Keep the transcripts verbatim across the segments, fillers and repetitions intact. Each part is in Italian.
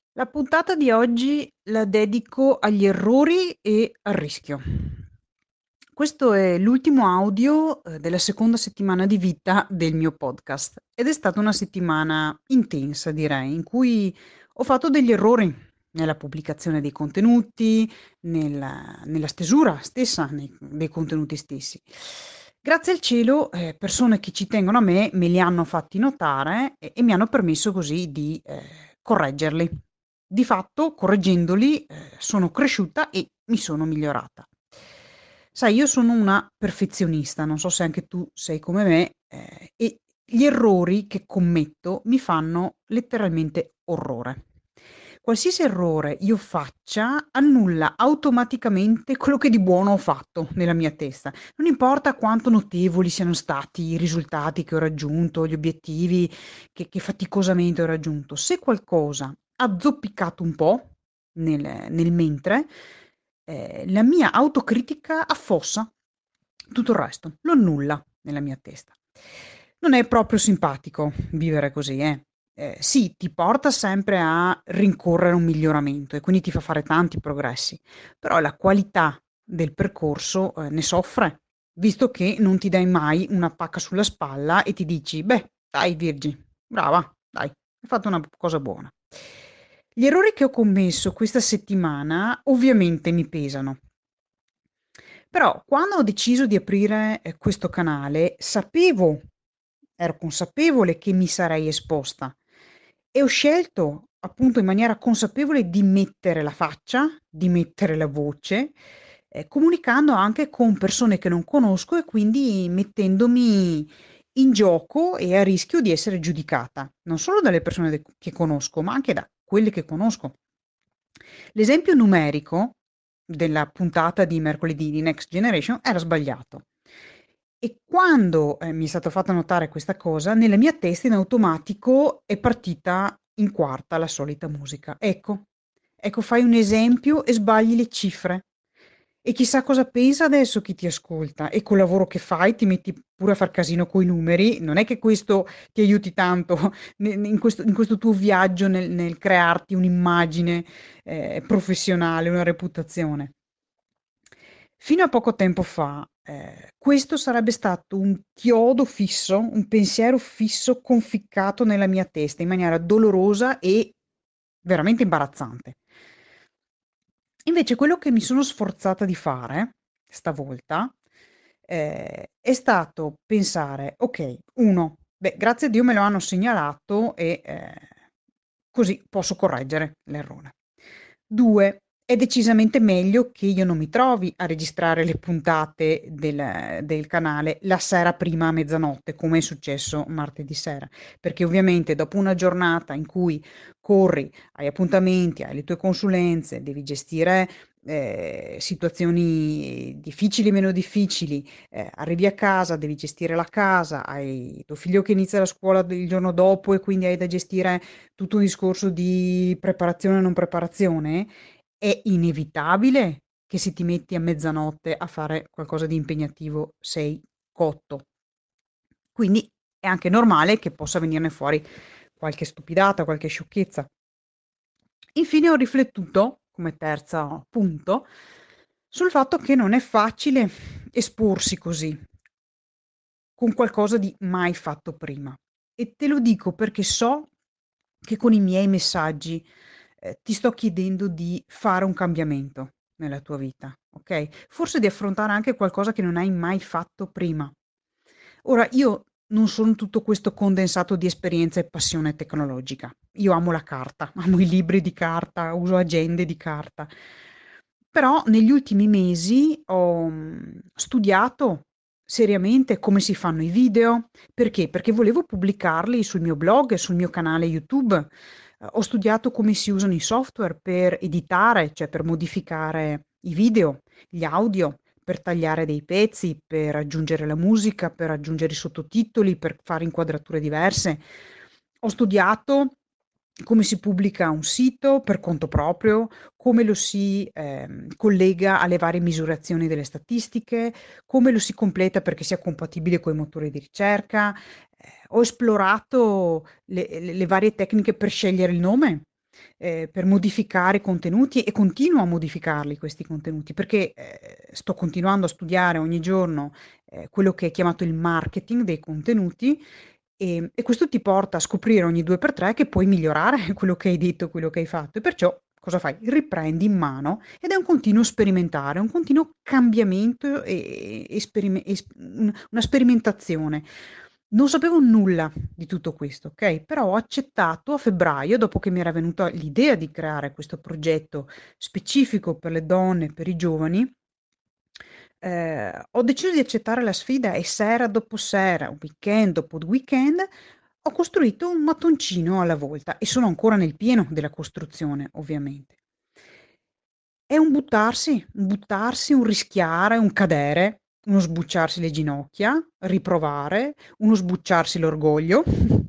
La puntata di oggi la dedico agli errori e al rischio. Questo è l'ultimo audio, eh, della seconda settimana di vita del mio podcast ed è stata una settimana intensa, direi, in cui ho fatto degli errori nella pubblicazione dei contenuti, nella, nella stesura stessa nei- dei contenuti stessi. Grazie al cielo, eh, persone che ci tengono a me me li hanno fatti notare e, e mi hanno permesso così di eh, correggerli. Di fatto, correggendoli, eh, sono cresciuta e mi sono migliorata. Sai, io sono una perfezionista, non so se anche tu sei come me, eh, e gli errori che commetto mi fanno letteralmente orrore. Qualsiasi errore io faccia annulla automaticamente quello che di buono ho fatto nella mia testa. Non importa quanto notevoli siano stati i risultati che ho raggiunto, gli obiettivi che, che faticosamente ho raggiunto. Se qualcosa ha zoppicato un po' nel, nel mentre, eh, la mia autocritica affossa tutto il resto, lo annulla nella mia testa. Non è proprio simpatico vivere così, eh. Eh, sì, ti porta sempre a rincorrere un miglioramento e quindi ti fa fare tanti progressi, però la qualità del percorso eh, ne soffre, visto che non ti dai mai una pacca sulla spalla e ti dici, beh, dai Virgi, brava, dai, hai fatto una cosa buona. Gli errori che ho commesso questa settimana ovviamente mi pesano. Però quando ho deciso di aprire, ehm, questo canale sapevo ero consapevole che mi sarei esposta e ho scelto, appunto in maniera consapevole, di mettere la faccia, di mettere la voce, ehm, comunicando anche con persone che non conosco e quindi mettendomi in gioco e a rischio di essere giudicata, non solo dalle persone de che conosco, ma anche da quelle che conosco. L'esempio numerico della puntata di mercoledì di Next Generation era sbagliato. E quando, ehm, mi è stato fatto notare questa cosa, nella mia testa in automatico è partita in quarta la solita musica. Ecco, ecco fai un esempio e sbagli le cifre. E chissà cosa pensa adesso chi ti ascolta e col lavoro che fai ti metti pure a far casino coi numeri, non è che questo ti aiuti tanto ne ne in questo in questo tuo viaggio nel nel crearti un'immagine, ehm, professionale, una reputazione. Fino a poco tempo fa, ehm, questo sarebbe stato un chiodo fisso, un pensiero fisso conficcato nella mia testa in maniera dolorosa e veramente imbarazzante. Invece quello che mi sono sforzata di fare, stavolta, ehm, è stato pensare: "Okay, uno, beh, grazie a Dio me lo hanno segnalato e, ehm, così posso correggere l'errore. due, è decisamente meglio che io non mi trovi a registrare le puntate del del canale la sera prima a mezzanotte, come è successo martedì sera, perché ovviamente dopo una giornata in cui corri, hai appuntamenti, hai le tue consulenze, devi gestire, ehm, situazioni difficili, meno difficili, ehm, arrivi a casa, devi gestire la casa, hai tuo figlio che inizia la scuola d il giorno dopo e quindi hai da gestire tutto un discorso di preparazione o non preparazione, è inevitabile che se ti metti a mezzanotte a fare qualcosa di impegnativo sei cotto. Quindi è anche normale che possa venirne fuori qualche stupidata, qualche sciocchezza. Infine ho riflettuto, come terza punto, sul fatto che non è facile esporsi così, con qualcosa di mai fatto prima. E te lo dico perché so che con i miei messaggi, ehm, ti sto chiedendo di fare un cambiamento nella tua vita, okay, forse di affrontare anche qualcosa che non hai mai fatto prima. Ora io non sono tutto questo condensato di esperienza e passione tecnologica. Io amo la carta, amo i libri di carta, uso agende di carta. Però negli ultimi mesi ho, mhmm, studiato seriamente come si fanno i video. Perché? Perché volevo pubblicarli sul mio blog e sul mio canale YouTube. Uhm, ho studiato come si usano i software per editare, cioè per modificare i video, gli audio, per tagliare dei pezzi, per aggiungere la musica, per aggiungere i sottotitoli, per fare inquadrature diverse. Ho studiato come si pubblica un sito per conto proprio, come lo si, ehm, collega alle varie misurazioni delle statistiche, come lo si completa perché sia compatibile coi motori di ricerca. Ehm, ho esplorato le le le varie tecniche per scegliere il nome, ehm, per modificare i contenuti e continuo a modificarli questi contenuti perché, ehm, sto continuando a studiare ogni giorno, ehm, quello che è chiamato il marketing dei contenuti, ehm, e questo ti porta a scoprire ogni due per tre che puoi migliorare quello che hai detto, quello che hai fatto e perciò cosa fai? Riprendi in mano ed è un continuo sperimentare, un continuo cambiamento e esperime es un una sperimentazione. Non sapevo nulla di tutto questo, okay, però ho accettato a febbraio, dopo che mi era venuta l'idea di creare questo progetto specifico per le donne, per i giovani, ehm, ho deciso di accettare la sfida e sera dopo sera, weekend dopo weekend, ho costruito un mattoncino alla volta e sono ancora nel pieno della costruzione, ovviamente. È un buttarsi, un buttarsi, un rischiare, un cadere, uno sbucciarsi le ginocchia, riprovare, uno sbucciarsi l'orgoglio,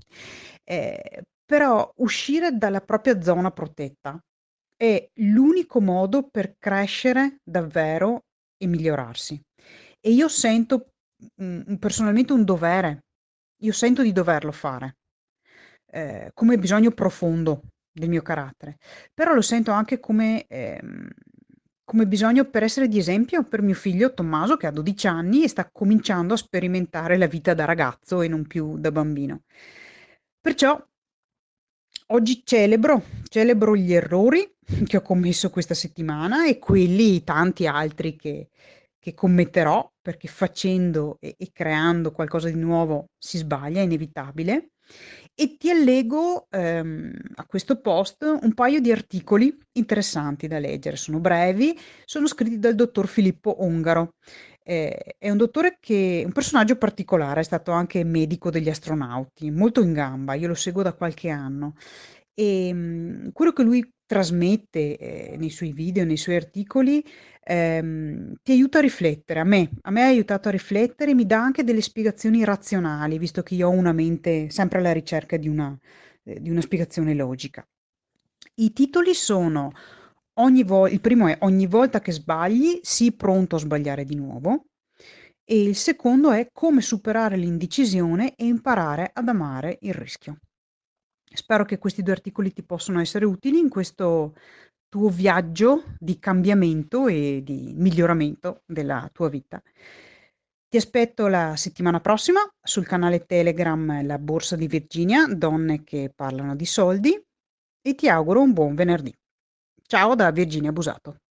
ehm, però uscire dalla propria zona protetta è l'unico modo per crescere davvero e migliorarsi. E io sento, mhmm, personalmente un dovere. Io sento di doverlo fare, ehm, come bisogno profondo del mio carattere, però lo sento anche come ehm, come bisogno per essere di esempio per mio figlio Tommaso che ha dodici anni e sta cominciando a sperimentare la vita da ragazzo e non più da bambino. Perciò oggi celebro, celebro gli errori che ho commesso questa settimana e quelli tanti altri che che commetterò, perché facendo e e creando qualcosa di nuovo si sbaglia, è inevitabile. E ti allego, ehm, a questo post un paio di articoli interessanti da leggere. Sono brevi, sono scritti dal dottor Filippo Ongaro. Ehm, è un dottore che un personaggio particolare, è stato anche medico degli astronauti, molto in gamba, io lo seguo da qualche anno. Ehm, quello che lui trasmette, ehm, nei suoi video, nei suoi articoli, ehm, ti aiuta a riflettere. A me a me ha aiutato a riflettere, mi dà anche delle spiegazioni razionali, visto che io ho una mente sempre alla ricerca di una ehm, di una spiegazione logica. I titoli sono ogni vo il primo è: "Ogni volta che sbagli, sii pronto a sbagliare di nuovo", e il secondo è: "Come superare l'indecisione e imparare ad amare il rischio". Spero che questi due articoli ti possano essere utili in questo tuo viaggio di cambiamento e di miglioramento della tua vita. Ti aspetto la settimana prossima sul canale Telegram La Borsa di Virginia, donne che parlano di soldi, e ti auguro un buon venerdì. Ciao da Virginia Busato.